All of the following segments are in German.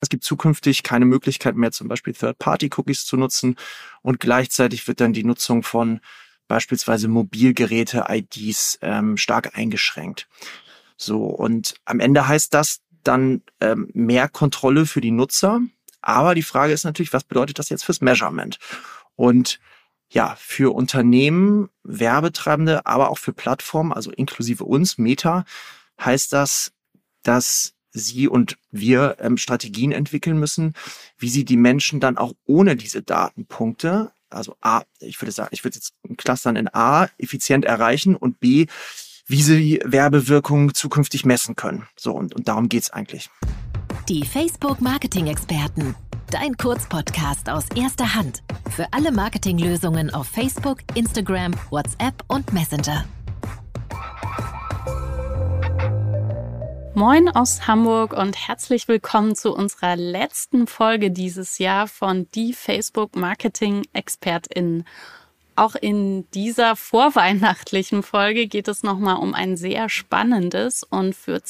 Es gibt zukünftig keine Möglichkeit mehr, zum Beispiel Third-Party-Cookies zu nutzen. Und gleichzeitig wird dann die Nutzung von beispielsweise Mobilgeräte-IDs stark eingeschränkt. So, und am Ende heißt das dann mehr Kontrolle für die Nutzer. Aber die Frage ist natürlich, was bedeutet das jetzt fürs Measurement? Und ja, für Unternehmen, Werbetreibende, aber auch für Plattformen, also inklusive uns, Meta, heißt das, dass Sie und wir Strategien entwickeln müssen, wie Sie die Menschen dann auch ohne diese Datenpunkte, also A, ich würde jetzt clustern in A, effizient erreichen und B, wie Sie Werbewirkung zukünftig messen können. So, und darum geht's eigentlich. Die Facebook-Marketing-Experten. Dein Kurzpodcast aus erster Hand. Für alle Marketinglösungen auf Facebook, Instagram, WhatsApp und Messenger. Moin aus Hamburg und herzlich willkommen zu unserer letzten Folge dieses Jahr von Die Facebook-Marketing-ExpertInnen. Auch in dieser vorweihnachtlichen Folge geht es nochmal um ein sehr spannendes und für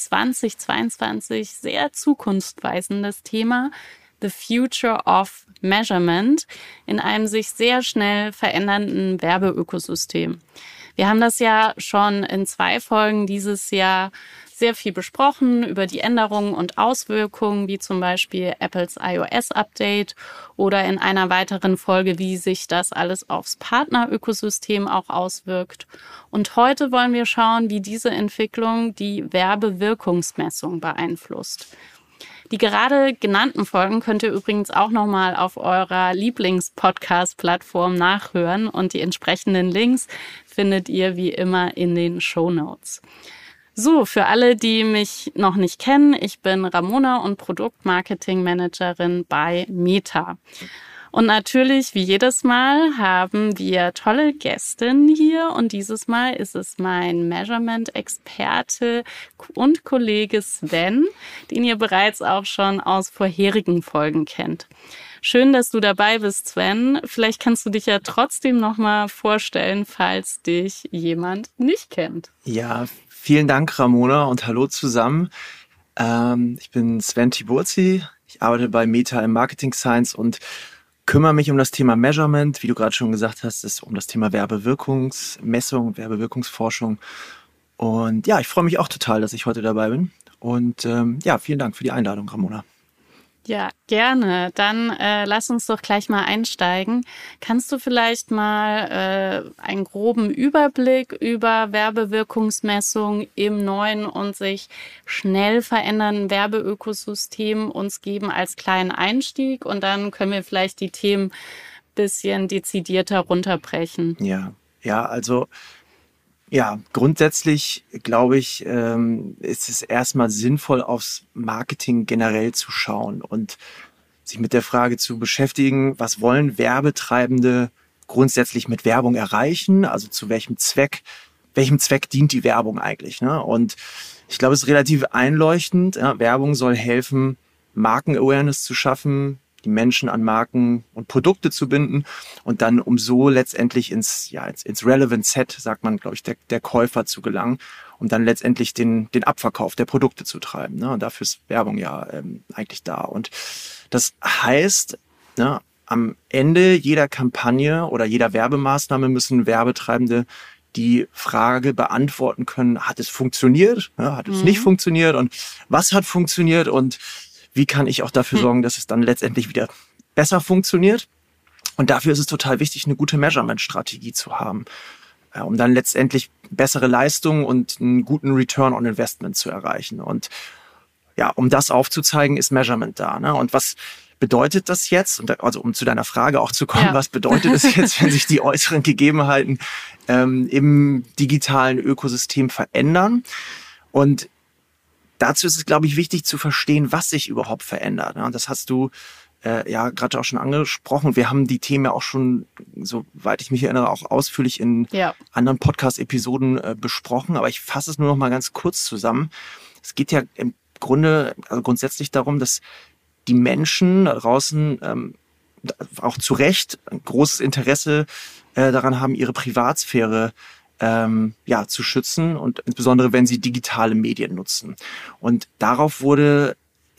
2022 sehr zukunftsweisendes Thema, The Future of Measurement, in einem sich sehr schnell verändernden Werbeökosystem. Wir haben das ja schon in 2 Folgen dieses Jahr sehr viel besprochen über die Änderungen und Auswirkungen, wie zum Beispiel Apples iOS-Update oder in einer weiteren Folge, wie sich das alles aufs Partnerökosystem auch auswirkt. Und heute wollen wir schauen, wie diese Entwicklung die Werbewirkungsmessung beeinflusst. Die gerade genannten Folgen könnt ihr übrigens auch nochmal auf eurer Lieblings-Podcast-Plattform nachhören und die entsprechenden Links findet ihr wie immer in den Shownotes. So, für alle, die mich noch nicht kennen, ich bin Ramona und Produktmarketing-Managerin bei Meta. Und natürlich, wie jedes Mal, haben wir tolle Gästinnen hier und dieses Mal ist es mein Measurement-Experte und Kollege Sven, den ihr bereits auch schon aus vorherigen Folgen kennt. Schön, dass du dabei bist, Sven. Vielleicht kannst du dich ja trotzdem noch mal vorstellen, falls dich jemand nicht kennt. Ja, vielen Dank, Ramona, und hallo zusammen. Ich bin Sven Tiburzi. Ich arbeite bei Meta im Marketing Science und kümmere mich um das Thema Measurement. Wie du gerade schon gesagt hast, ist um das Thema Werbewirkungsmessung, Werbewirkungsforschung. Und ja, ich freue mich auch total, dass ich heute dabei bin. Und vielen Dank für die Einladung, Ramona. Ja, gerne. Dann lass uns doch gleich mal einsteigen. Kannst du vielleicht mal einen groben Überblick über Werbewirkungsmessung im neuen und sich schnell verändernden Werbeökosystem uns geben als kleinen Einstieg? Und dann können wir vielleicht die Themen ein bisschen dezidierter runterbrechen. Grundsätzlich glaube ich, ist es erstmal sinnvoll, aufs Marketing generell zu schauen und sich mit der Frage zu beschäftigen, was wollen Werbetreibende grundsätzlich mit Werbung erreichen? Also zu welchem Zweck dient die Werbung eigentlich? Ne? Und ich glaube, es ist relativ einleuchtend. Ja, Werbung soll helfen, Marken-Awareness zu schaffen, die Menschen an Marken und Produkte zu binden und dann um so letztendlich ins Relevant Set, sagt man, glaube ich, der Käufer zu gelangen und dann letztendlich den Abverkauf der Produkte zu treiben. Ne? Und dafür ist Werbung eigentlich da. Und das heißt, am Ende jeder Kampagne oder jeder Werbemaßnahme müssen Werbetreibende die Frage beantworten können, hat es funktioniert, hat es nicht funktioniert und was hat funktioniert und wie kann ich auch dafür sorgen, dass es dann letztendlich wieder besser funktioniert? Und dafür ist es total wichtig, eine gute Measurement-Strategie zu haben, um dann letztendlich bessere Leistungen und einen guten Return on Investment zu erreichen. Und ja, um das aufzuzeigen, ist Measurement da. Ne? Und was bedeutet das jetzt? Und also um zu deiner Frage auch zu kommen, was bedeutet es jetzt, wenn sich die äußeren Gegebenheiten im digitalen Ökosystem verändern? Und dazu ist es, glaube ich, wichtig zu verstehen, was sich überhaupt verändert. Und das hast du gerade auch schon angesprochen. Wir haben die Themen ja auch schon, soweit ich mich erinnere, auch ausführlich in anderen Podcast-Episoden besprochen. Aber ich fasse es nur noch mal ganz kurz zusammen. Es geht ja im Grunde, also grundsätzlich darum, dass die Menschen da draußen auch zu Recht ein großes Interesse daran haben, ihre Privatsphäre zu schützen und insbesondere, wenn sie digitale Medien nutzen. Und darauf wurde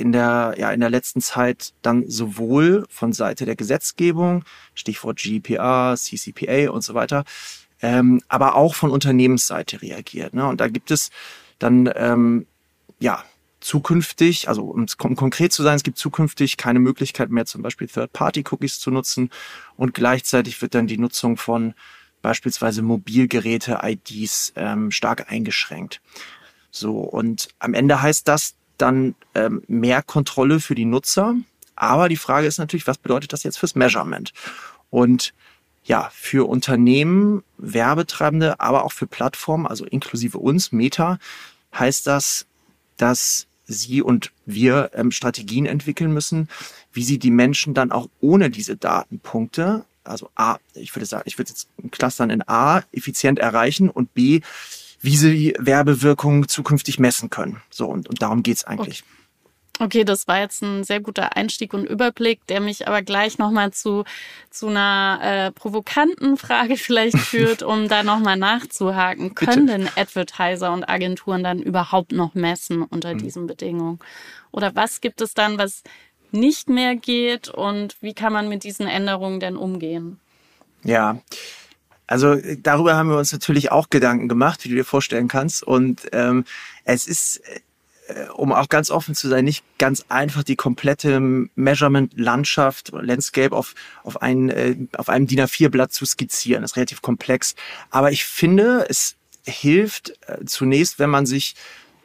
in der letzten Zeit dann sowohl von Seite der Gesetzgebung, Stichwort GDPR, CCPA und so weiter, aber auch von Unternehmensseite reagiert. Ne? Und da gibt es dann zukünftig, also um konkret zu sein, es gibt zukünftig keine Möglichkeit mehr, zum Beispiel Third-Party-Cookies zu nutzen, und gleichzeitig wird dann die Nutzung von beispielsweise Mobilgeräte-IDs stark eingeschränkt. So, und am Ende heißt das dann mehr Kontrolle für die Nutzer. Aber die Frage ist natürlich, was bedeutet das jetzt fürs Measurement? Und ja, für Unternehmen, Werbetreibende, aber auch für Plattformen, also inklusive uns, Meta, heißt das, dass Sie und wir Strategien entwickeln müssen, wie Sie die Menschen dann auch ohne diese Datenpunkte, also A, ich würde jetzt clustern in A, effizient erreichen, und B, wie sie Werbewirkung zukünftig messen können. So, und darum geht's eigentlich. Okay, das war jetzt ein sehr guter Einstieg und Überblick, der mich aber gleich nochmal zu einer provokanten Frage vielleicht führt, um da nochmal nachzuhaken. Können denn Advertiser und Agenturen dann überhaupt noch messen unter diesen Bedingungen? Oder was gibt es dann, was nicht mehr geht, und wie kann man mit diesen Änderungen denn umgehen? Ja, also darüber haben wir uns natürlich auch Gedanken gemacht, wie du dir vorstellen kannst. Und es ist, um auch ganz offen zu sein, nicht ganz einfach, die komplette Measurement-Landschaft oder Landscape auf einem DIN A4-Blatt zu skizzieren. Das ist relativ komplex. Aber ich finde, es hilft zunächst, wenn man sich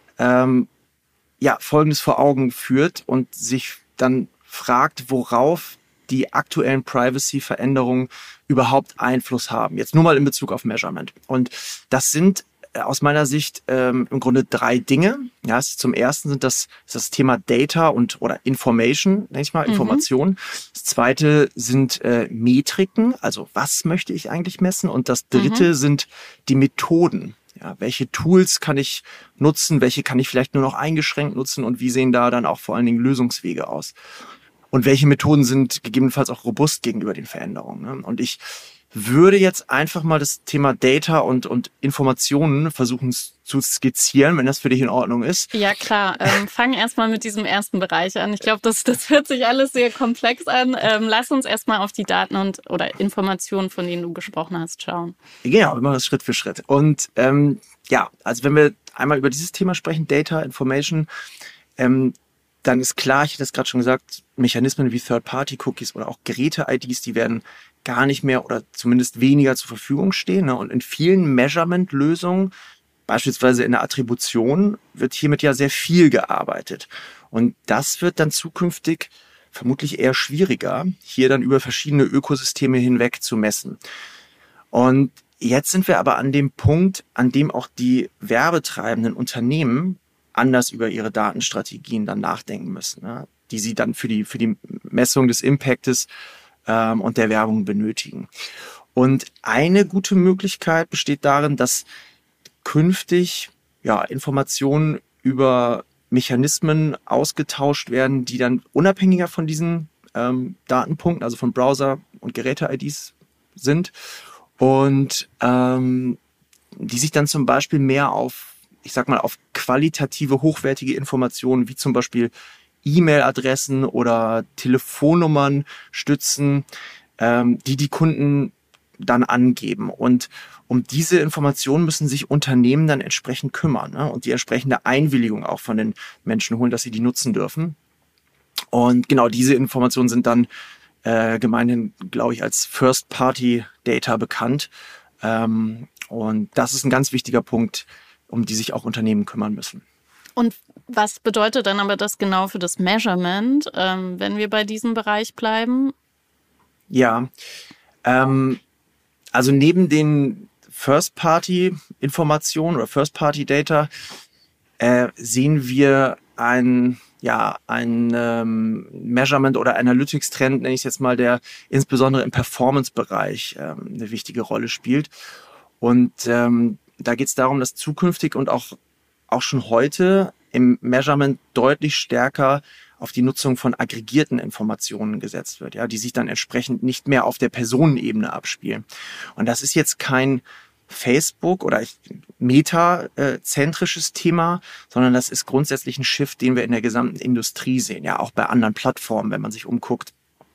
Folgendes vor Augen führt und sich dann fragt, worauf die aktuellen Privacy-Veränderungen überhaupt Einfluss haben. Jetzt nur mal in Bezug auf Measurement. Und das sind aus meiner Sicht im Grunde 3 Dinge. Ja, zum ersten ist das Thema Data oder Information, nenne ich mal, Information. Das zweite sind Metriken, also was möchte ich eigentlich messen? Und das dritte sind die Methoden. Ja, welche Tools kann ich nutzen? Welche kann ich vielleicht nur noch eingeschränkt nutzen? Und wie sehen da dann auch vor allen Dingen Lösungswege aus? Und welche Methoden sind gegebenenfalls auch robust gegenüber den Veränderungen? Ne? Und ich würde jetzt einfach mal das Thema Data und Informationen versuchen zu skizzieren, wenn das für dich in Ordnung ist. Ja, klar. Fang erstmal mit diesem ersten Bereich an. Ich glaube, das hört sich alles sehr komplex an. Lass uns erstmal auf die Daten oder Informationen, von denen du gesprochen hast, schauen. Genau, wir machen das Schritt für Schritt. Und also wenn wir einmal über dieses Thema sprechen, Data, Information, dann ist klar, ich hatte es gerade schon gesagt, Mechanismen wie Third-Party-Cookies oder auch Geräte-IDs, die werden gar nicht mehr oder zumindest weniger zur Verfügung stehen. Ne? Und in vielen Measurement-Lösungen, beispielsweise in der Attribution, wird hiermit ja sehr viel gearbeitet. Und das wird dann zukünftig vermutlich eher schwieriger, hier dann über verschiedene Ökosysteme hinweg zu messen. Und jetzt sind wir aber an dem Punkt, an dem auch die werbetreibenden Unternehmen anders über ihre Datenstrategien dann nachdenken müssen, ne? Die sie dann für die Messung des Impactes und der Werbung benötigen. Und eine gute Möglichkeit besteht darin, dass künftig Informationen über Mechanismen ausgetauscht werden, die dann unabhängiger von diesen Datenpunkten, also von Browser- und Geräte-IDs sind, und die sich dann zum Beispiel mehr auf qualitative, hochwertige Informationen wie zum Beispiel E-Mail-Adressen oder Telefonnummern stützen, die Kunden dann angeben. Und um diese Informationen müssen sich Unternehmen dann entsprechend kümmern, ne? Und die entsprechende Einwilligung auch von den Menschen holen, dass sie die nutzen dürfen. Und genau diese Informationen sind dann gemeinhin, glaube ich, als First-Party-Data bekannt. Und das ist ein ganz wichtiger Punkt, um die sich auch Unternehmen kümmern müssen. Und was bedeutet dann aber das genau für das Measurement, wenn wir bei diesem Bereich bleiben? Ja, also neben den First-Party-Informationen oder First-Party-Data sehen wir ein Measurement- oder Analytics-Trend, nenne ich es jetzt mal, der insbesondere im Performance-Bereich eine wichtige Rolle spielt. Und da geht es darum, dass zukünftig und auch schon heute im Measurement deutlich stärker auf die Nutzung von aggregierten Informationen gesetzt wird, ja, die sich dann entsprechend nicht mehr auf der Personenebene abspielen. Und das ist jetzt kein Facebook oder Meta-zentrisches Thema, sondern das ist grundsätzlich ein Shift, den wir in der gesamten Industrie sehen. Ja, auch bei anderen Plattformen, wenn man sich umguckt,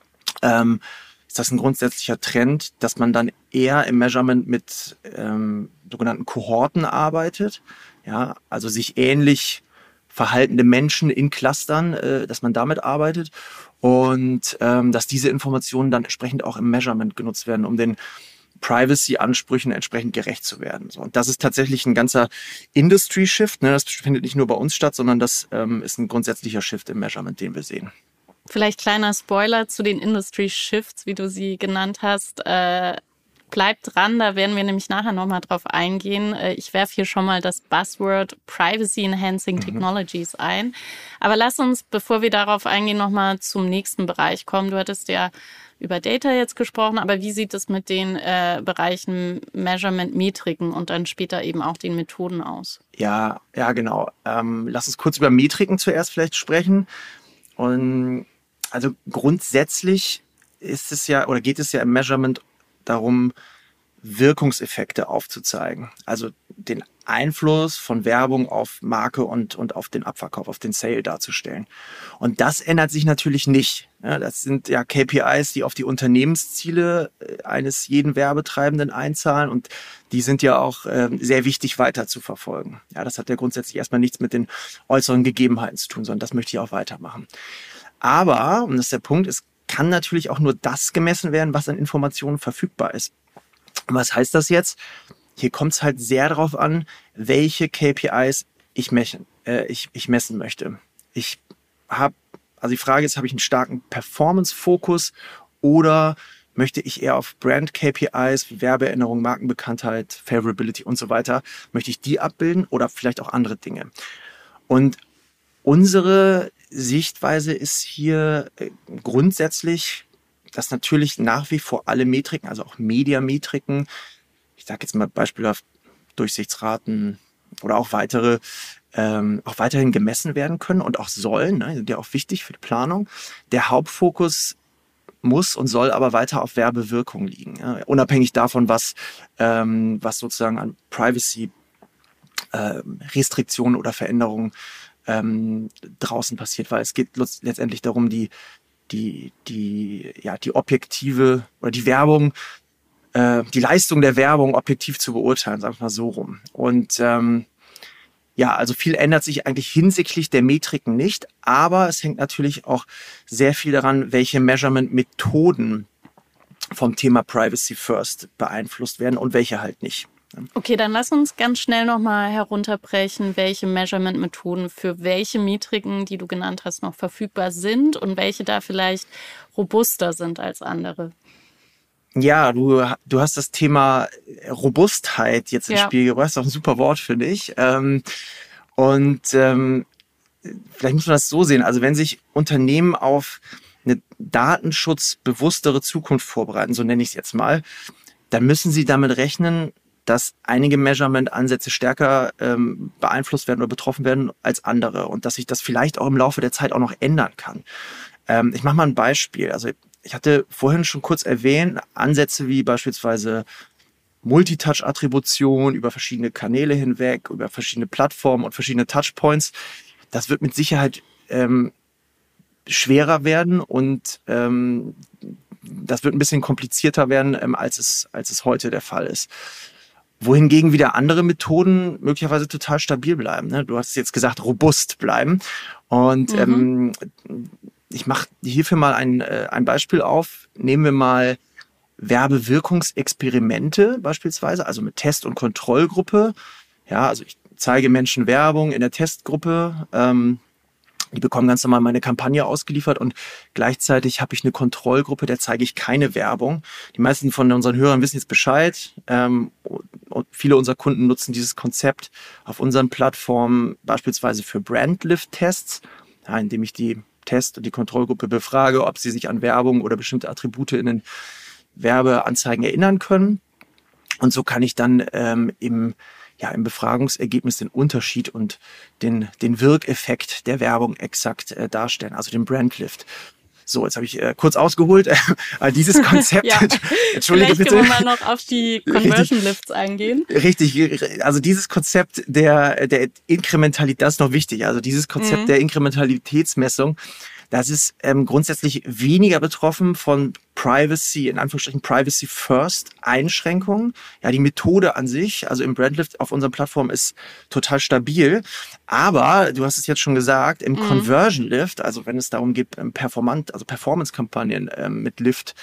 ist das ein grundsätzlicher Trend, dass man dann eher im Measurement mit sogenannten Kohorten arbeitet. Ja, also sich ähnlich verhaltende Menschen in Clustern, dass man damit arbeitet und dass diese Informationen dann entsprechend auch im Measurement genutzt werden, um den Privacy-Ansprüchen entsprechend gerecht zu werden. So, und das ist tatsächlich ein ganzer Industry-Shift. Ne? Das findet nicht nur bei uns statt, sondern das ist ein grundsätzlicher Shift im Measurement, den wir sehen. Vielleicht kleiner Spoiler zu den Industry-Shifts, wie du sie genannt hast. Bleibt dran, da werden wir nämlich nachher nochmal drauf eingehen. Ich werfe hier schon mal das Buzzword Privacy Enhancing Technologies ein. Aber lass uns, bevor wir darauf eingehen, nochmal zum nächsten Bereich kommen. Du hattest ja über Data jetzt gesprochen, aber wie sieht es mit den Bereichen Measurement, Metriken und dann später eben auch den Methoden aus? Ja, genau. Lass uns kurz über Metriken zuerst vielleicht sprechen. Und also grundsätzlich ist es ja oder geht es ja im Measurement darum, Wirkungseffekte aufzuzeigen. Also den Einfluss von Werbung auf Marke und auf den Abverkauf, auf den Sale darzustellen. Und das ändert sich natürlich nicht. Ja, das sind ja KPIs, die auf die Unternehmensziele eines jeden Werbetreibenden einzahlen und die sind ja auch sehr wichtig weiter zu verfolgen. Ja, das hat ja grundsätzlich erstmal nichts mit den äußeren Gegebenheiten zu tun, sondern das möchte ich auch weitermachen. Aber, und das ist der Punkt, es kann natürlich auch nur das gemessen werden, was an Informationen verfügbar ist. Und was heißt das jetzt? Hier kommt es halt sehr darauf an, welche KPIs ich messen möchte. Also die Frage ist, habe ich einen starken Performance-Fokus oder möchte ich eher auf Brand-KPIs, wie Werbeerinnerung, Markenbekanntheit, Favorability und so weiter, möchte ich die abbilden oder vielleicht auch andere Dinge? Und unsere Sichtweise ist hier grundsätzlich, dass natürlich nach wie vor alle Metriken, also auch Media-Metriken, ich sage jetzt mal beispielhaft Durchsichtsraten oder auch weitere, auch weiterhin gemessen werden können und auch sollen, ne, sind ja auch wichtig für die Planung. Der Hauptfokus muss und soll aber weiter auf Werbewirkung liegen, ja, unabhängig davon, was sozusagen an Privacy Restriktionen oder Veränderungen draußen passiert, weil es geht letztendlich darum, die objektive oder die Werbung, die Leistung der Werbung objektiv zu beurteilen, sagen wir mal so rum. Und also viel ändert sich eigentlich hinsichtlich der Metriken nicht, aber es hängt natürlich auch sehr viel daran, welche Measurement-Methoden vom Thema Privacy First beeinflusst werden und welche halt nicht. Okay, dann lass uns ganz schnell nochmal herunterbrechen, welche Measurement-Methoden für welche Metriken, die du genannt hast, noch verfügbar sind und welche da vielleicht robuster sind als andere. Ja, du hast das Thema Robustheit jetzt ins Spiel gebracht. Das ist auch ein super Wort, finde ich. Vielleicht muss man das so sehen. Also wenn sich Unternehmen auf eine datenschutzbewusstere Zukunft vorbereiten, so nenne ich es jetzt mal, dann müssen sie damit rechnen, dass einige Measurement-Ansätze stärker beeinflusst werden oder betroffen werden als andere und dass sich das vielleicht auch im Laufe der Zeit auch noch ändern kann. Ich mache mal ein Beispiel. Also ich hatte vorhin schon kurz erwähnt, Ansätze wie beispielsweise Multitouch-Attribution über verschiedene Kanäle hinweg, über verschiedene Plattformen und verschiedene Touchpoints. Das wird mit Sicherheit schwerer werden und das wird ein bisschen komplizierter werden, als es heute der Fall ist. Wohingegen wieder andere Methoden möglicherweise total stabil bleiben. Ne? Du hast jetzt gesagt, robust bleiben. Und ich mache hierfür mal ein Beispiel auf. Nehmen wir mal Werbewirkungsexperimente beispielsweise, also mit Test- und Kontrollgruppe. Ja, also ich zeige Menschen Werbung in der Testgruppe. Die bekommen ganz normal meine Kampagne ausgeliefert und gleichzeitig habe ich eine Kontrollgruppe, der zeige ich keine Werbung. Die meisten von unseren Hörern wissen jetzt Bescheid und viele unserer Kunden nutzen dieses Konzept auf unseren Plattformen beispielsweise für Brandlift-Tests, ja, indem ich die Test- und die Kontrollgruppe befrage, ob sie sich an Werbung oder bestimmte Attribute in den Werbeanzeigen erinnern können. Und so kann ich dann im Befragungsergebnis den Unterschied und den Wirkeffekt der Werbung exakt darstellen, also den Brandlift. So, jetzt habe ich kurz ausgeholt. Dieses Konzept, ja. Entschuldige Vielleicht bitte. können wir mal noch auf die Conversion Lifts eingehen. Richtig, also dieses Konzept der Inkrementalität, das ist noch wichtig. Also dieses Konzept der Inkrementalitätsmessung, das ist grundsätzlich weniger betroffen von Privacy, in Anführungsstrichen Privacy First Einschränkungen. Ja, die Methode an sich, also im Brandlift auf unserer Plattform ist total stabil. Aber du hast es jetzt schon gesagt, im Conversion Lift, also wenn es darum geht, Performance-Kampagnen mit Lift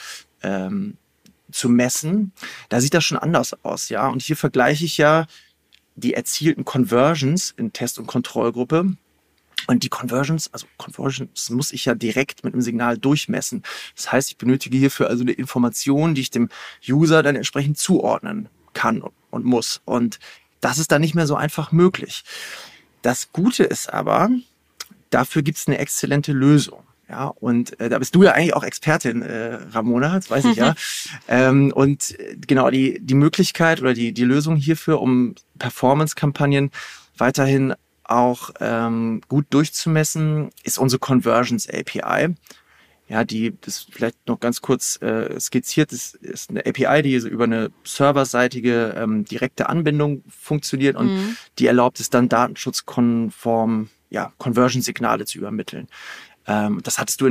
zu messen, da sieht das schon anders aus, ja. Und hier vergleiche ich ja die erzielten Conversions in Test- und Kontrollgruppe. Und die Conversions muss ich ja direkt mit einem Signal durchmessen. Das heißt, ich benötige hierfür also eine Information, die ich dem User dann entsprechend zuordnen kann und muss. Und das ist dann nicht mehr so einfach möglich. Das Gute ist aber, dafür gibt es eine exzellente Lösung. Ja, und da bist du ja eigentlich auch Expertin, Ramona, das weiß ich ja. Und genau, die Möglichkeit oder die Lösung hierfür, um Performance-Kampagnen weiterhin auch gut durchzumessen, ist unsere Conversions API. Ja, das vielleicht noch ganz kurz skizziert, das ist eine API, die so über eine serverseitige direkte Anbindung funktioniert und die erlaubt es dann datenschutzkonform Conversion-Signale zu übermitteln. Das hattest du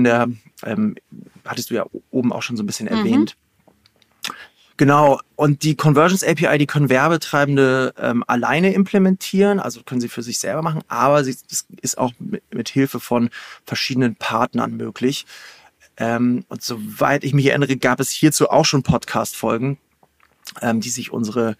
ja oben auch schon so ein bisschen erwähnt. Genau, und die Conversions API, die können Werbetreibende alleine implementieren, also können sie für sich selber machen, aber das ist auch mit Hilfe von verschiedenen Partnern möglich. Und soweit ich mich erinnere, gab es hierzu auch schon Podcast-Folgen, die sich unsere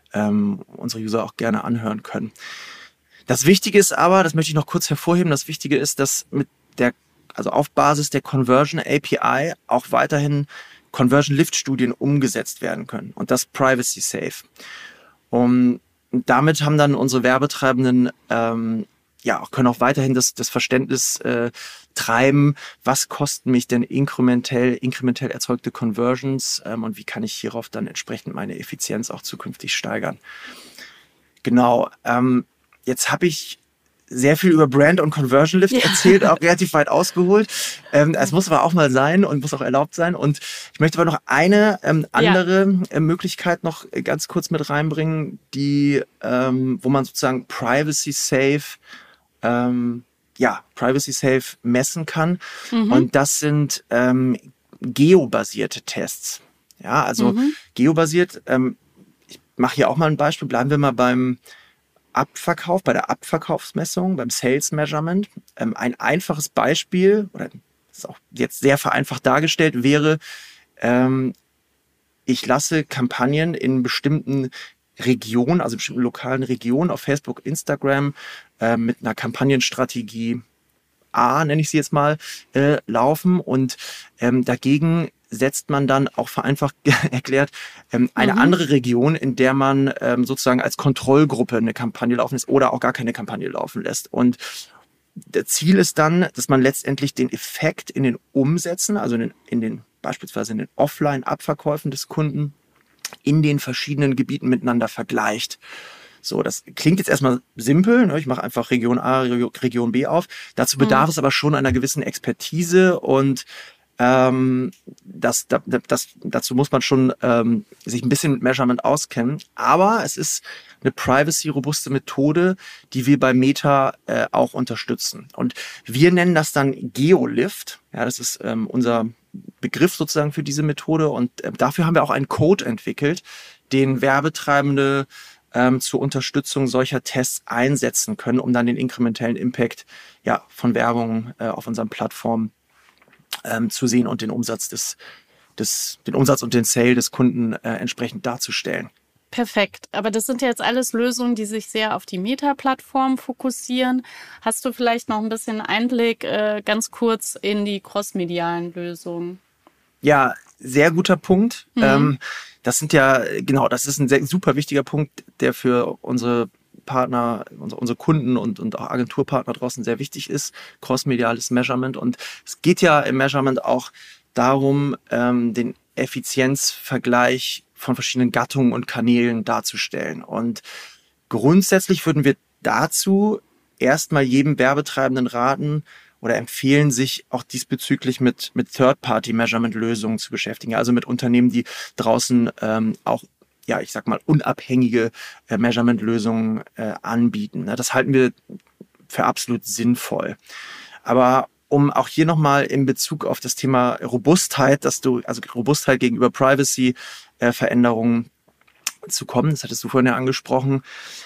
User auch gerne anhören können. Das Wichtige ist aber, das möchte ich noch kurz hervorheben, das Wichtige ist, dass auf Basis der Conversion API auch weiterhin Conversion Lift Studien umgesetzt werden können und das privacy safe. Und damit haben dann unsere Werbetreibenden können auch weiterhin das Verständnis treiben, was kosten mich denn inkrementell erzeugte Conversions und wie kann ich hierauf dann entsprechend meine Effizienz auch zukünftig steigern. Genau, jetzt habe ich sehr viel über Brand und Conversion Lift erzählt, auch relativ weit ausgeholt. Es muss aber auch mal sein und muss auch erlaubt sein. Und ich möchte aber noch eine andere Möglichkeit noch ganz kurz mit reinbringen, die, wo man sozusagen privacy safe messen kann. Und das sind geobasierte Tests. Ja, also geobasiert. Ich mache hier auch mal ein Beispiel. Bleiben wir mal bei der Abverkaufsmessung, beim Sales Measurement. Ein einfaches Beispiel, oder das ist auch jetzt sehr vereinfacht dargestellt, wäre, ich lasse Kampagnen in bestimmten Regionen, also bestimmten lokalen Regionen auf Facebook, Instagram, mit einer Kampagnenstrategie A, nenne ich sie jetzt mal, laufen und dagegen setzt man dann auch vereinfacht erklärt eine andere Region, in der man sozusagen als Kontrollgruppe eine Kampagne laufen lässt oder auch gar keine Kampagne laufen lässt. Und das Ziel ist dann, dass man letztendlich den Effekt in den Umsätzen, also beispielsweise in den Offline-Abverkäufen des Kunden, in den verschiedenen Gebieten miteinander vergleicht. So, das klingt jetzt erstmal simpel, ne? Ich mache einfach Region A, Region B auf. Dazu bedarf es aber schon einer gewissen Expertise und dazu muss man schon sich ein bisschen mit Measurement auskennen. Aber es ist eine privacy-robuste Methode, die wir bei Meta auch unterstützen. Und wir nennen das dann GeoLift. Ja, das ist unser Begriff sozusagen für diese Methode. Und dafür haben wir auch einen Code entwickelt, den Werbetreibende zur Unterstützung solcher Tests einsetzen können, um dann den inkrementellen Impact von Werbung auf unseren Plattformen zu sehen und den Umsatz den Umsatz und den Sale des Kunden entsprechend darzustellen. Perfekt. Aber das sind ja jetzt alles Lösungen, die sich sehr auf die Meta-Plattform fokussieren. Hast du vielleicht noch ein bisschen Einblick ganz kurz in die crossmedialen Lösungen? Ja, sehr guter Punkt. Das ist ein super wichtiger Punkt, der für unsere Partner, unsere Kunden und auch Agenturpartner draußen sehr wichtig ist, crossmediales Measurement. Und es geht ja im Measurement auch darum, den Effizienzvergleich von verschiedenen Gattungen und Kanälen darzustellen. Und grundsätzlich würden wir dazu erstmal jedem Werbetreibenden raten oder empfehlen, sich auch diesbezüglich mit Third-Party-Measurement-Lösungen zu beschäftigen. Also mit Unternehmen, die draußen auch, ja, ich sag mal, unabhängige Measurement-Lösungen anbieten. Das halten wir für absolut sinnvoll. Aber um auch hier nochmal in Bezug auf das Thema Robustheit, also Robustheit gegenüber Privacy-Veränderungen zu kommen, das hattest du vorhin ja angesprochen.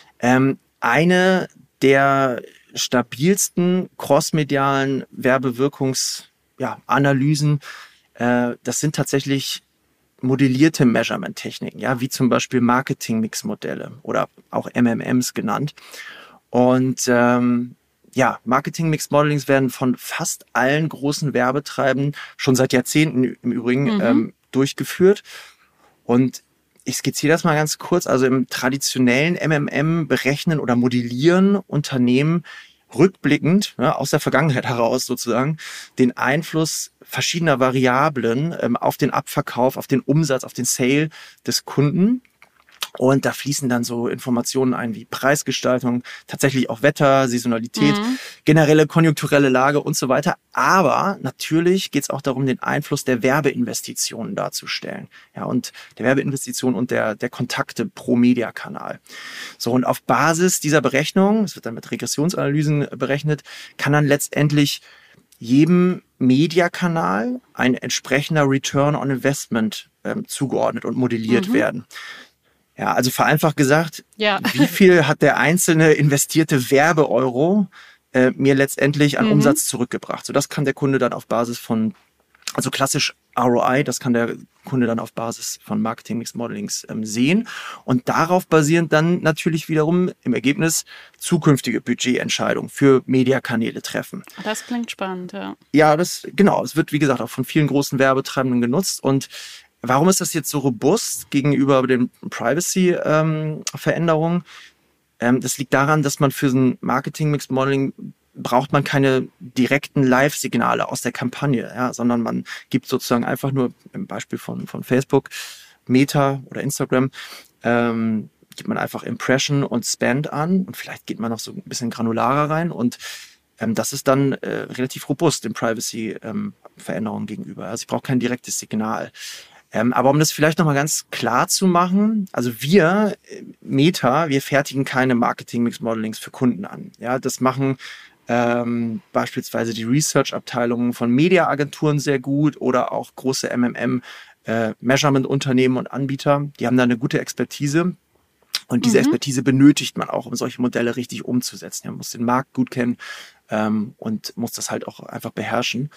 Eine der stabilsten crossmedialen Werbewirkungsanalysen, das sind tatsächlich modellierte Measurement-Techniken, ja, wie zum Beispiel Marketing-Mix-Modelle oder auch MMMs genannt. Und Marketing-Mix-Modelings werden von fast allen großen Werbetreibenden schon seit Jahrzehnten im Übrigen durchgeführt. Und ich skizziere das mal ganz kurz. Also im traditionellen MMM berechnen oder modellieren Unternehmen rückblickend, aus der Vergangenheit heraus sozusagen, den Einfluss verschiedener Variablen auf den Abverkauf, auf den Umsatz, auf den Sale des Kunden. Und da fließen dann so Informationen ein wie Preisgestaltung, tatsächlich auch Wetter, Saisonalität, generelle konjunkturelle Lage und so weiter. Aber natürlich geht es auch darum, den Einfluss der Werbeinvestitionen darzustellen. Ja, und der Werbeinvestitionen und der Kontakte pro Mediakanal. So, und auf Basis dieser Berechnung, es wird dann mit Regressionsanalysen berechnet, kann dann letztendlich jedem Mediakanal ein entsprechender Return on Investment zugeordnet und modelliert werden. Ja, also vereinfacht gesagt, wie viel hat der einzelne investierte Werbeeuro mir letztendlich an Umsatz zurückgebracht? So, das kann der Kunde dann auf Basis von, also klassisch ROI, das kann der Kunde dann auf Basis von Marketing-Mix-Modelings sehen und darauf basierend dann natürlich wiederum im Ergebnis zukünftige Budgetentscheidungen für Mediakanäle treffen. Das klingt spannend, ja. Ja, es wird wie gesagt auch von vielen großen Werbetreibenden genutzt. Und warum ist das jetzt so robust gegenüber den Privacy-Veränderungen? Das liegt daran, dass man für so ein Marketing-Mix-Modeling braucht man keine direkten Live-Signale aus der Kampagne, ja, sondern man gibt sozusagen einfach nur, im Beispiel von Facebook, Meta oder Instagram, gibt man einfach Impression und Spend an und vielleicht geht man noch so ein bisschen granularer rein und das ist dann relativ robust den Privacy-Veränderungen gegenüber. Also ich brauche kein direktes Signal. Aber um das vielleicht nochmal ganz klar zu machen, also wir, Meta, wir fertigen keine Marketing-Mix-Modelings für Kunden an. Ja, das machen beispielsweise die Research-Abteilungen von Media-Agenturen sehr gut oder auch große Measurement-Unternehmen und Anbieter. Die haben da eine gute Expertise. Und diese Expertise benötigt man auch, um solche Modelle richtig umzusetzen. Man muss den Markt gut kennen und muss das halt auch einfach beherrschen.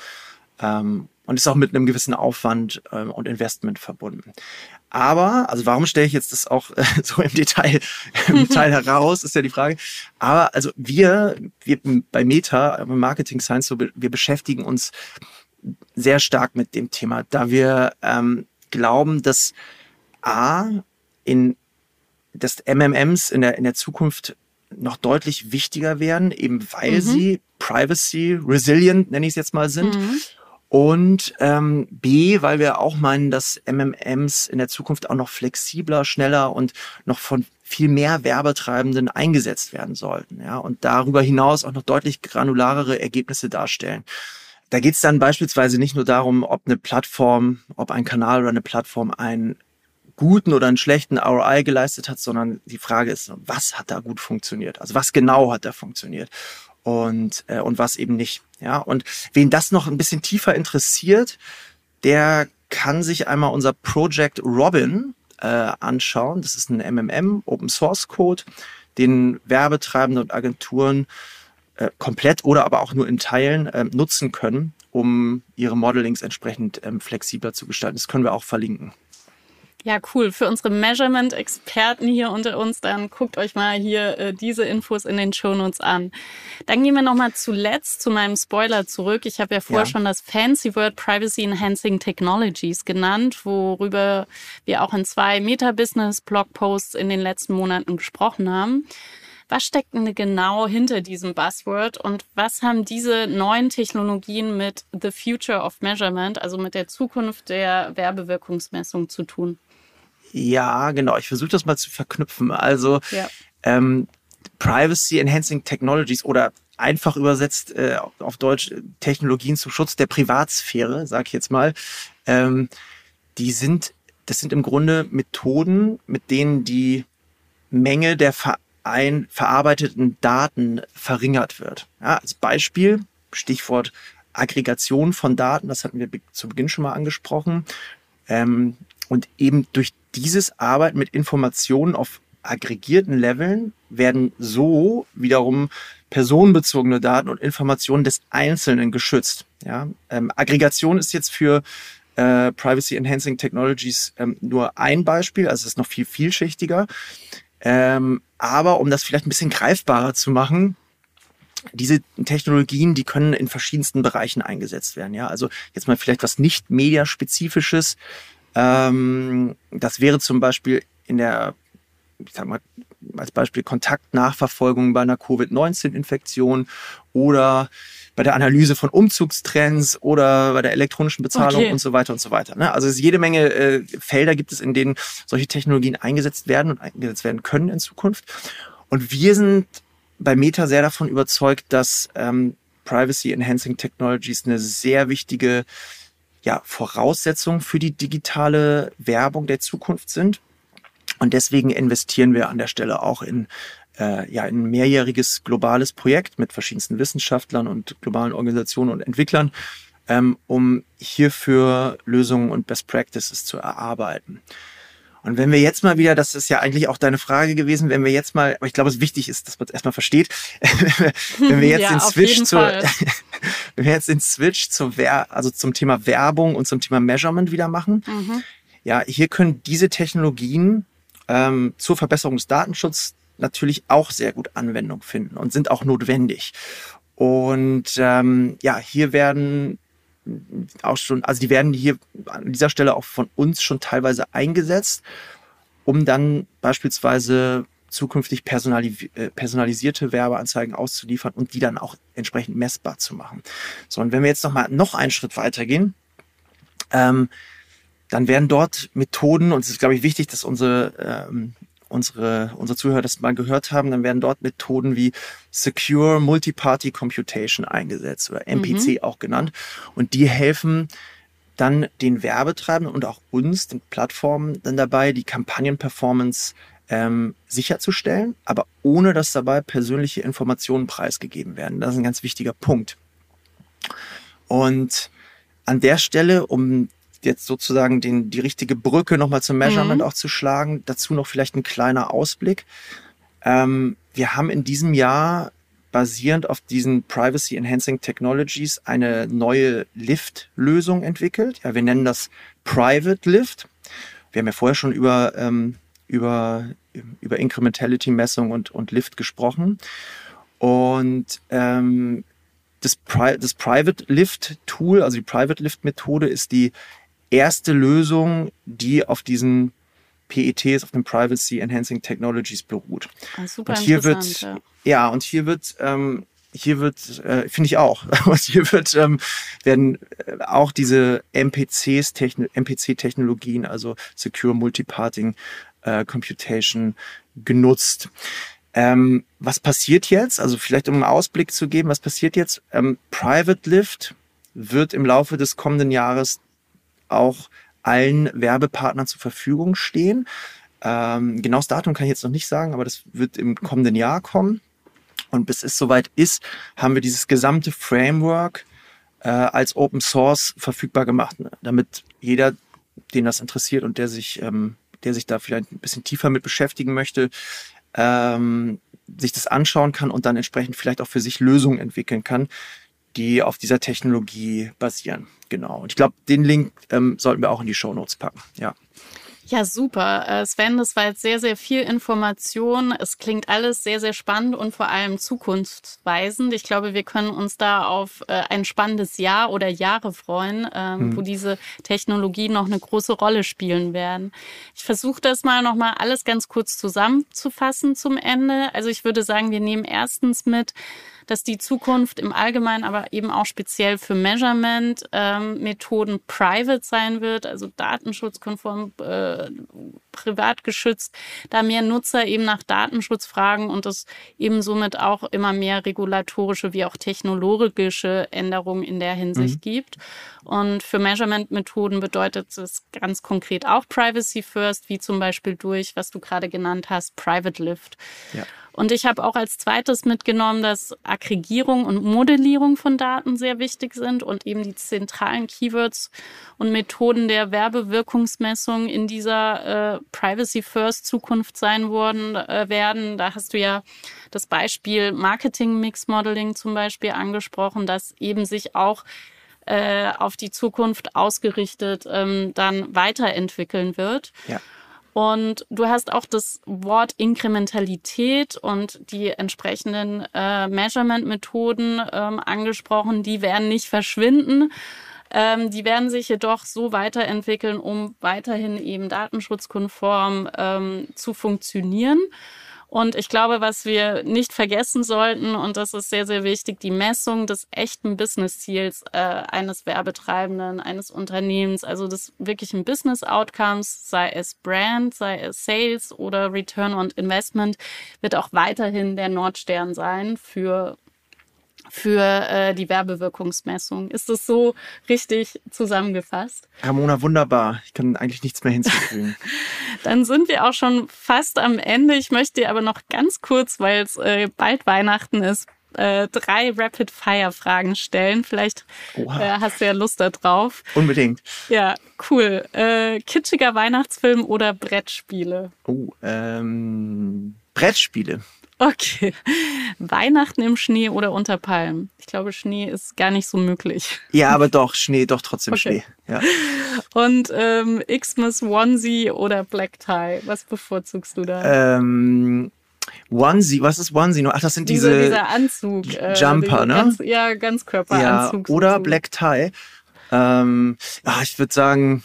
Und ist auch mit einem gewissen Aufwand und Investment verbunden. Aber, also warum stelle ich jetzt das auch so im Detail heraus, ist ja die Frage. Aber also wir bei Meta, Marketing Science, so, wir beschäftigen uns sehr stark mit dem Thema, da wir glauben, dass dass MMMs in der Zukunft noch deutlich wichtiger werden, eben weil sie privacy resilient, nenne ich es jetzt mal, sind. Und B, weil wir auch meinen, dass MMMs in der Zukunft auch noch flexibler, schneller und noch von viel mehr Werbetreibenden eingesetzt werden sollten. Ja, und darüber hinaus auch noch deutlich granularere Ergebnisse darstellen. Da geht es dann beispielsweise nicht nur darum, ob ein Kanal oder eine Plattform einen guten oder einen schlechten ROI geleistet hat, sondern die Frage ist, was hat da gut funktioniert? Also was genau hat da funktioniert? Und was eben nicht. Ja, und wen das noch ein bisschen tiefer interessiert, der kann sich einmal unser Project Robin anschauen. Das ist ein MMM, Open Source Code, den Werbetreibende und Agenturen komplett oder aber auch nur in Teilen nutzen können, um ihre Modelings entsprechend flexibler zu gestalten. Das können wir auch verlinken. Ja, cool. Für unsere Measurement-Experten hier unter uns, dann guckt euch mal hier diese Infos in den Shownotes an. Dann gehen wir nochmal zuletzt zu meinem Spoiler zurück. Ich habe ja vorher schon das fancy Word Privacy Enhancing Technologies genannt, worüber wir auch in 2 Meta-Business-Blogposts in den letzten Monaten gesprochen haben. Was steckt denn genau hinter diesem Buzzword und was haben diese neuen Technologien mit The Future of Measurement, also mit der Zukunft der Werbewirkungsmessung zu tun? Ja, genau. Ich versuche das mal zu verknüpfen. Also Privacy Enhancing Technologies oder einfach übersetzt auf Deutsch Technologien zum Schutz der Privatsphäre, sag ich jetzt mal. Das sind im Grunde Methoden, mit denen die Menge der verarbeiteten Daten verringert wird. Ja, als Beispiel, Stichwort Aggregation von Daten, das hatten wir zu Beginn schon mal angesprochen. Und eben durch dieses Arbeiten mit Informationen auf aggregierten Leveln werden so wiederum personenbezogene Daten und Informationen des Einzelnen geschützt. Ja? Aggregation ist jetzt für Privacy Enhancing Technologies nur ein Beispiel, also es ist noch viel vielschichtiger. Aber um das vielleicht ein bisschen greifbarer zu machen, diese Technologien, die können in verschiedensten Bereichen eingesetzt werden. Ja, also jetzt mal vielleicht was nicht mediaspezifisches. Das wäre zum Beispiel ich sag mal, als Beispiel Kontaktnachverfolgung bei einer Covid-19-Infektion oder bei der Analyse von Umzugstrends oder bei der elektronischen Bezahlung und so weiter und so weiter. Ne? Also es ist jede Menge Felder gibt es, in denen solche Technologien eingesetzt werden und eingesetzt werden können in Zukunft. Und wir sind bei Meta sehr davon überzeugt, dass Privacy Enhancing Technologies eine sehr wichtige Voraussetzung für die digitale Werbung der Zukunft sind. Und deswegen investieren wir an der Stelle auch in ein mehrjähriges globales Projekt mit verschiedensten Wissenschaftlern und globalen Organisationen und Entwicklern, um hierfür Lösungen und Best Practices zu erarbeiten. Und wenn wir jetzt mal wieder, das ist ja eigentlich auch deine Frage gewesen, wenn wir jetzt mal, aber ich glaube, es wichtig ist, dass man es erstmal versteht, wenn wir jetzt den Switch zum Thema Werbung und zum Thema Measurement wieder machen, hier können diese Technologien zur Verbesserung des Datenschutzes natürlich auch sehr gut Anwendung finden und sind auch notwendig. Und hier werden auch schon, also die werden hier an dieser Stelle auch von uns schon teilweise eingesetzt, um dann beispielsweise zukünftig personalisierte Werbeanzeigen auszuliefern und die dann auch entsprechend messbar zu machen. So, und wenn wir jetzt noch einen Schritt weitergehen, dann werden dort Methoden, und es ist, glaube ich, wichtig, dass unsere Zuhörer das mal gehört haben, dann werden dort Methoden wie Secure Multi-Party Computation eingesetzt oder MPC auch genannt. Und die helfen dann den Werbetreibenden und auch uns, den Plattformen, dann dabei, die Kampagnenperformance sicherzustellen, aber ohne dass dabei persönliche Informationen preisgegeben werden. Das ist ein ganz wichtiger Punkt. Und an der Stelle, um jetzt sozusagen die richtige Brücke nochmal zum Measurement auch zu schlagen, dazu noch vielleicht ein kleiner Ausblick. Wir haben in diesem Jahr basierend auf diesen Privacy Enhancing Technologies eine neue Lift-Lösung entwickelt. Ja, wir nennen das Private Lift. Wir haben ja vorher schon über Incrementality-Messung und Lift gesprochen. Und das Private Lift Tool, also die Private Lift Methode, ist die erste Lösung, die auf diesen PETs, auf den Privacy Enhancing Technologies beruht. Super und hier interessant. Hier wird, finde ich auch, und hier werden auch diese MPC-Technologien, also Secure Multiparty Computation, genutzt. Was passiert jetzt? Also vielleicht um einen Ausblick zu geben, was passiert jetzt? Private Lift wird im Laufe des kommenden Jahres auch allen Werbepartnern zur Verfügung stehen. Genaues Datum kann ich jetzt noch nicht sagen, aber das wird im kommenden Jahr kommen. Und bis es soweit ist, haben wir dieses gesamte Framework als Open Source verfügbar gemacht, ne? Damit jeder, den das interessiert und der sich da vielleicht ein bisschen tiefer mit beschäftigen möchte, sich das anschauen kann und dann entsprechend vielleicht auch für sich Lösungen entwickeln kann, die auf dieser Technologie basieren. Genau. Und ich glaube, den Link sollten wir auch in die Shownotes packen. Ja. Ja, super. Sven, das war jetzt sehr, sehr viel Information. Es klingt alles sehr, sehr spannend und vor allem zukunftsweisend. Ich glaube, wir können uns da auf ein spannendes Jahr oder Jahre freuen, wo diese Technologien noch eine große Rolle spielen werden. Ich versuche das nochmal alles ganz kurz zusammenzufassen zum Ende. Also ich würde sagen, wir nehmen erstens mit, dass die Zukunft im Allgemeinen, aber eben auch speziell für Measurement-Methoden private sein wird, also datenschutzkonform, privat geschützt, da mehr Nutzer eben nach Datenschutz fragen und es eben somit auch immer mehr regulatorische wie auch technologische Änderungen in der Hinsicht gibt. Und für Measurement-Methoden bedeutet es ganz konkret auch Privacy First, wie zum Beispiel durch, was du gerade genannt hast, Private Lift. Ja. Und ich habe auch als zweites mitgenommen, dass Aggregierung und Modellierung von Daten sehr wichtig sind und eben die zentralen Keywords und Methoden der Werbewirkungsmessung in dieser Privacy-First-Zukunft sein werden. Da hast du ja das Beispiel Marketing-Mix-Modeling zum Beispiel angesprochen, das eben sich auch auf die Zukunft ausgerichtet dann weiterentwickeln wird. Ja. Und du hast auch das Wort Inkrementalität und die entsprechenden Measurement-Methoden angesprochen. Die werden nicht verschwinden. Die werden sich jedoch so weiterentwickeln, um weiterhin eben datenschutzkonform zu funktionieren. Und ich glaube, was wir nicht vergessen sollten, und das ist sehr, sehr wichtig, die Messung des echten Business-Ziels eines Werbetreibenden, eines Unternehmens, also des wirklichen Business-Outcomes, sei es Brand, sei es Sales oder Return on Investment, wird auch weiterhin der Nordstern sein für die Werbewirkungsmessung. Ist das so richtig zusammengefasst? Ramona, wunderbar. Ich kann eigentlich nichts mehr hinzufügen. Dann sind wir auch schon fast am Ende. Ich möchte dir aber noch ganz kurz, weil es bald Weihnachten ist, 3 Rapid-Fire-Fragen stellen. Vielleicht hast du ja Lust da drauf. Unbedingt. Ja, cool. Kitschiger Weihnachtsfilm oder Brettspiele? Brettspiele. Okay. Weihnachten im Schnee oder unter Palmen? Ich glaube, Schnee ist gar nicht so möglich. Ja, aber doch, Schnee, doch trotzdem okay. Schnee. Ja. Und Xmas Onesie oder Black Tie? Was bevorzugst du da? Onesie, was ist Onesie? Ach, das sind dieser Anzug. Jumper, ne? Ganzkörperanzug. Ja, oder Black Tie. Ich würde sagen,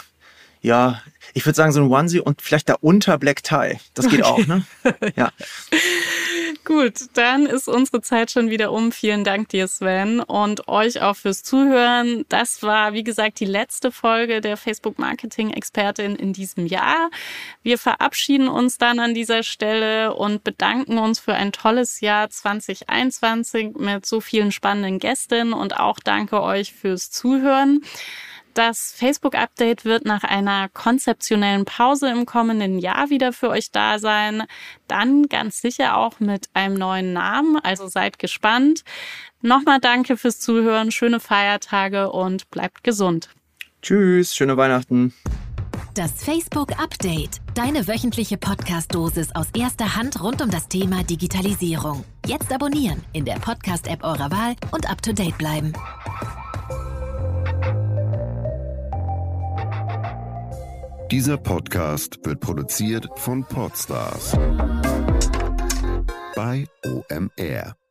so ein Onesie und vielleicht darunter Black Tie. Das geht auch, ne? Ja. Gut, dann ist unsere Zeit schon wieder um. Vielen Dank dir, Sven, und euch auch fürs Zuhören. Das war, wie gesagt, die letzte Folge der Facebook-Marketing-Expertin in diesem Jahr. Wir verabschieden uns dann an dieser Stelle und bedanken uns für ein tolles Jahr 2021 mit so vielen spannenden Gästen und auch danke euch fürs Zuhören. Das Facebook-Update wird nach einer konzeptionellen Pause im kommenden Jahr wieder für euch da sein. Dann ganz sicher auch mit einem neuen Namen, also seid gespannt. Nochmal danke fürs Zuhören, schöne Feiertage und bleibt gesund. Tschüss, schöne Weihnachten. Das Facebook-Update, deine wöchentliche Podcast-Dosis aus erster Hand rund um das Thema Digitalisierung. Jetzt abonnieren in der Podcast-App eurer Wahl und up-to-date bleiben. Dieser Podcast wird produziert von Podstars bei OMR.